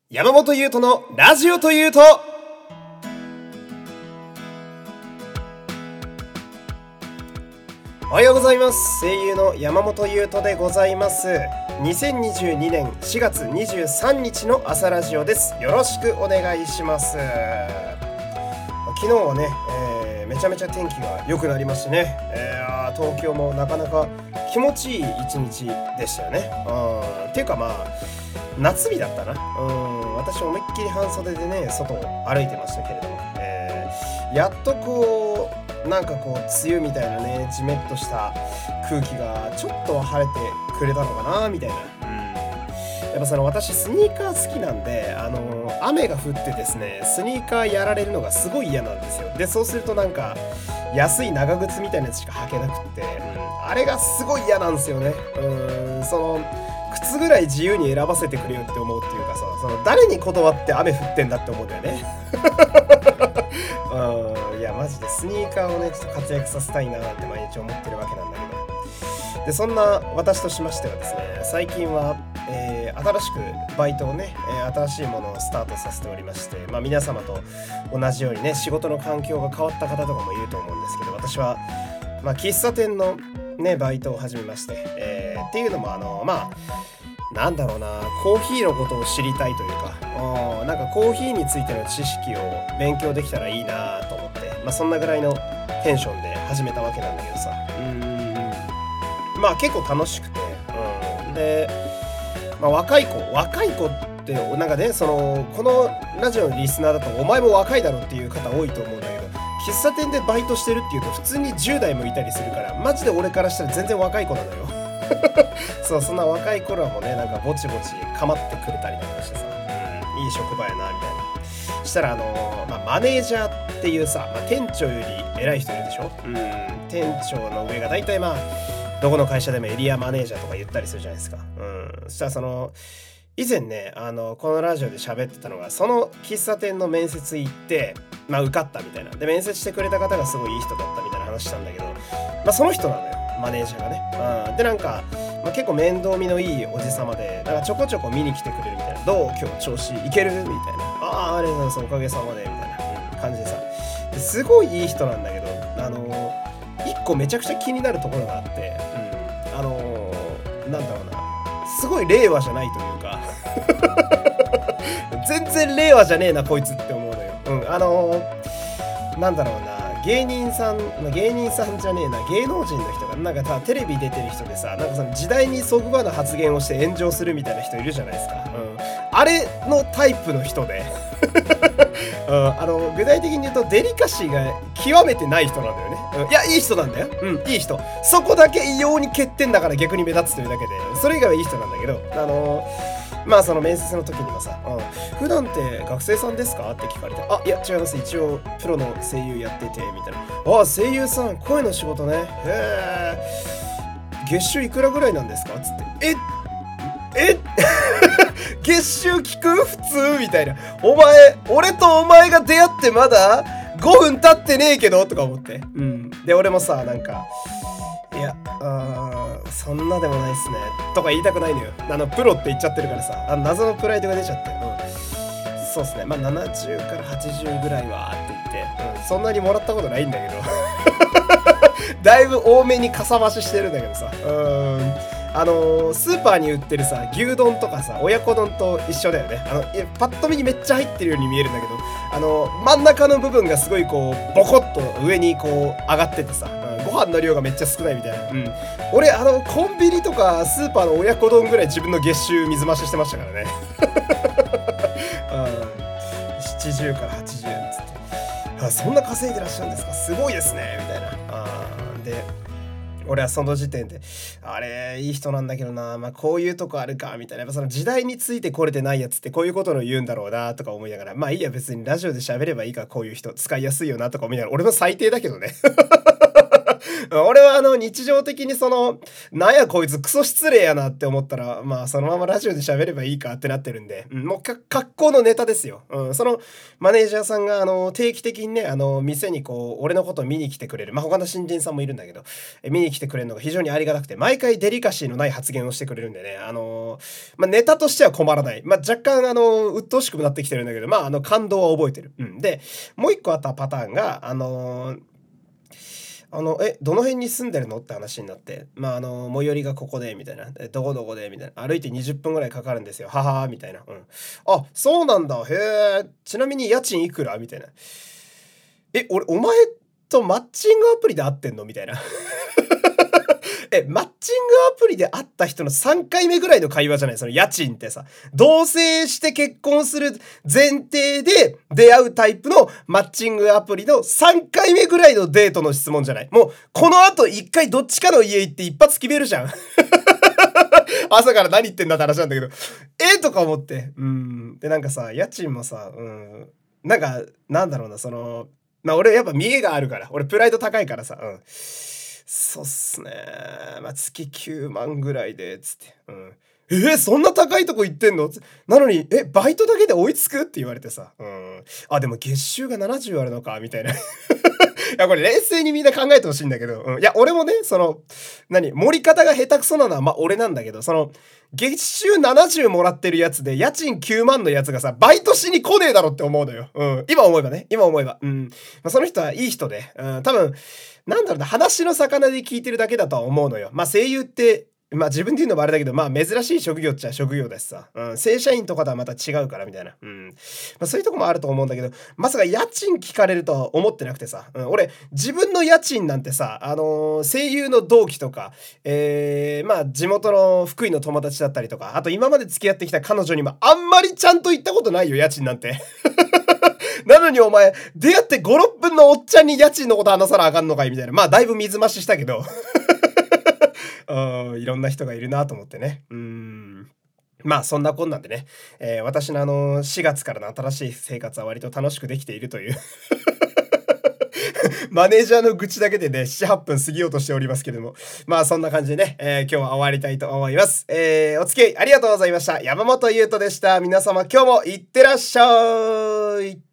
山本優斗のラジオというと、おはようございます。声優の山本優斗でございます。2022年4月23日の朝ラジオです。よろしくお願いします。昨日はね、めちゃめちゃ天気が良くなりましてね、東京もなかなか気持ちいい一日でしたよね。っていうか夏日だったな。私思いっきり半袖でね外を歩いてましたけれども、やっとなんか梅雨みたいなねジメッとした空気がちょっと晴れてくれたのかなみたいな。やっぱ私スニーカー好きなんで、雨が降ってですねスニーカーやられるのがすごい嫌なんですよ。でそうするとなんか安い長靴みたいなやつしか履けなくって、あれがすごい嫌なんですよね。靴ぐらい自由に選ばせてくれよって思うっていうかさ、誰に断って雨降ってんだって思うんだよね。いやマジでスニーカーをねちょっと活躍させたいなって毎日思ってるわけなんだけど、でそんな私としましてはですね、最近は、新しくバイトをね、新しいものをスタートさせておりまして、皆様と同じようにね仕事の環境が変わった方とかもいると思うんですけど、私は、喫茶店のねバイトを始めまして、っていうのもなんだろうな、コーヒーのことを知りたいというか、なんかコーヒーについての知識を勉強できたらいいなと思って、そんなぐらいのテンションで始めたわけなんだけどさ、結構楽しくて、で、若い子ってなんかねこのラジオのリスナーだとお前も若いだろっていう方多いと思うんだけど、喫茶店でバイトしてるっていうと普通に10代もいたりするから、マジで俺からしたら全然若い子なのよ。そんな若い頃はもうねなんかぼちぼち構ってくれたりなんかしてさ、いい職場やなみたいな。したらマネージャーっていうさ、店長より偉い人いるでしょ。店長の上がだいたいどこの会社でもエリアマネージャーとか言ったりするじゃないですか。そしたら以前ねこのラジオで喋ってたのが、その喫茶店の面接行って受かったみたいな。で面接してくれた方がすごいいい人だったみたいな話したんだけど、その人なのよマネージャーがね。でなんか、結構面倒見のいいおじさまで、なんかちょこちょこ見に来てくれるみたいな。どう今日調子いけるみたいな。ありがとうございます、おかげさまでみたいな、感じでさ、すごいいい人なんだけど、一個めちゃくちゃ気になるところがあって、なんだろうな、すごい令和じゃないというか全然令和じゃねえなこいつって思うのよ。なんだろうな、芸人さんじゃねえな、芸能人の人がなんかテレビ出てる人でさ、なんか時代にそぐわぬ発言をして炎上するみたいな人いるじゃないですか。あれのタイプの人で具体的に言うとデリカシーが極めてない人なんだよね。いやいい人なんだよ。いい人。そこだけ異様に欠点だから逆に目立つというだけで、それ以外はいい人なんだけど、その面接の時にもさ、普段って学生さんですかって聞かれて、いや違います、一応プロの声優やっててみたいな。声優さん、声の仕事ね、月収いくらぐらいなんですかつって、月収聞く普通みたいな。俺とお前が出会ってまだ5分経ってねえけどとか思って、で俺もさなんか、いやそんなでもないっすねとか言いたくないのよ。プロって言っちゃってるからさ、謎のプライドが出ちゃって、そうっすね、70から80ぐらいはって言って、そんなにもらったことないんだけどだいぶ多めにかさ増ししてるんだけどさ、スーパーに売ってるさ牛丼とかさ親子丼と一緒だよね。パッと見にめっちゃ入ってるように見えるんだけど、真ん中の部分がすごいボコッと上に上がっててさ、ご飯の量がめっちゃ少ないみたいな。俺コンビニとかスーパーの親子丼ぐらい自分の月収水増ししてましたからね。70から80つって、そんな稼いでらっしゃるんですか、すごいですねみたいな。で俺はその時点であれいい人なんだけどな、こういうとこあるかみたいな。やっぱその時代についてこれてないやつってこういうことの言うんだろうなとか思いながら、いいや別にラジオで喋ればいいから、こういう人使いやすいよなとか思いながら、俺も最低だけどね俺は日常的になんやこいつクソ失礼やなって思ったら、まあそのままラジオで喋ればいいかってなってるんで、もう格好のネタですよ。そのマネージャーさんが定期的にね、店に俺のことを見に来てくれる。まあ他の新人さんもいるんだけど、見に来てくれるのが非常にありがたくて、毎回デリカシーのない発言をしてくれるんでね、まあネタとしては困らない。まあ若干鬱陶しくもなってきてるんだけど、まあ感動は覚えてる。で、もう一個あったパターンが、どの辺に住んでるのって話になって、まあ、最寄りがここで、みたいな。どこどこで、みたいな。歩いて20分ぐらいかかるんですよ。ははーみたいな。あ、そうなんだ。へえ。ちなみに家賃いくらみたいな。俺、お前とマッチングアプリで会ってんのみたいな。マッチングアプリで会った人の3回目ぐらいの会話じゃない？その家賃ってさ。同棲して結婚する前提で出会うタイプのマッチングアプリの3回目ぐらいのデートの質問じゃない？もう、この後1回どっちかの家行って一発決めるじゃん。朝から何言ってんだって話なんだけど。とか思って。で、なんかさ、家賃もさ、なんか、なんだろうな、まあ俺やっぱ見栄があるから。俺プライド高いからさ、そうっすね。まあ、月9万ぐらいで、つって。そんな高いとこ行ってんの？なのに、バイトだけで追いつくって言われてさ。あ、でも月収が70あるのか、みたいな。いや、これ冷静にみんな考えてほしいんだけど、いや、俺もね、盛り方が下手くそなのは、まあ、俺なんだけど、月収70もらってるやつで、家賃9万のやつがさ、バイトしに来ねえだろって思うのよ。今思えばね。まあ、その人はいい人で、多分、なんだろうな、話の魚で聞いてるだけだとは思うのよ。まあ、声優って、まあ自分で言うのもあれだけど、まあ珍しい職業っちゃ職業だしさ。正社員とかとはまた違うからみたいな。まあそういうとこもあると思うんだけど、まさか家賃聞かれるとは思ってなくてさ。俺、自分の家賃なんてさ、声優の同期とか、まあ地元の福井の友達だったりとか、あと今まで付き合ってきた彼女にもあんまりちゃんと言ったことないよ、家賃なんて。なのにお前、出会って5、6分のおっちゃんに家賃のこと話さなあかんのかいみたいな。まあだいぶ水増ししたけど。いろんな人がいるなと思ってね。まあそんなこんなんでね、私の4月からの新しい生活は割と楽しくできているというマネージャーの愚痴だけでね、7、8分過ぎようとしておりますけれども、まあそんな感じでね、今日は終わりたいと思います。お付き合いありがとうございました。山本優斗でした。皆様今日もいってらっしゃい。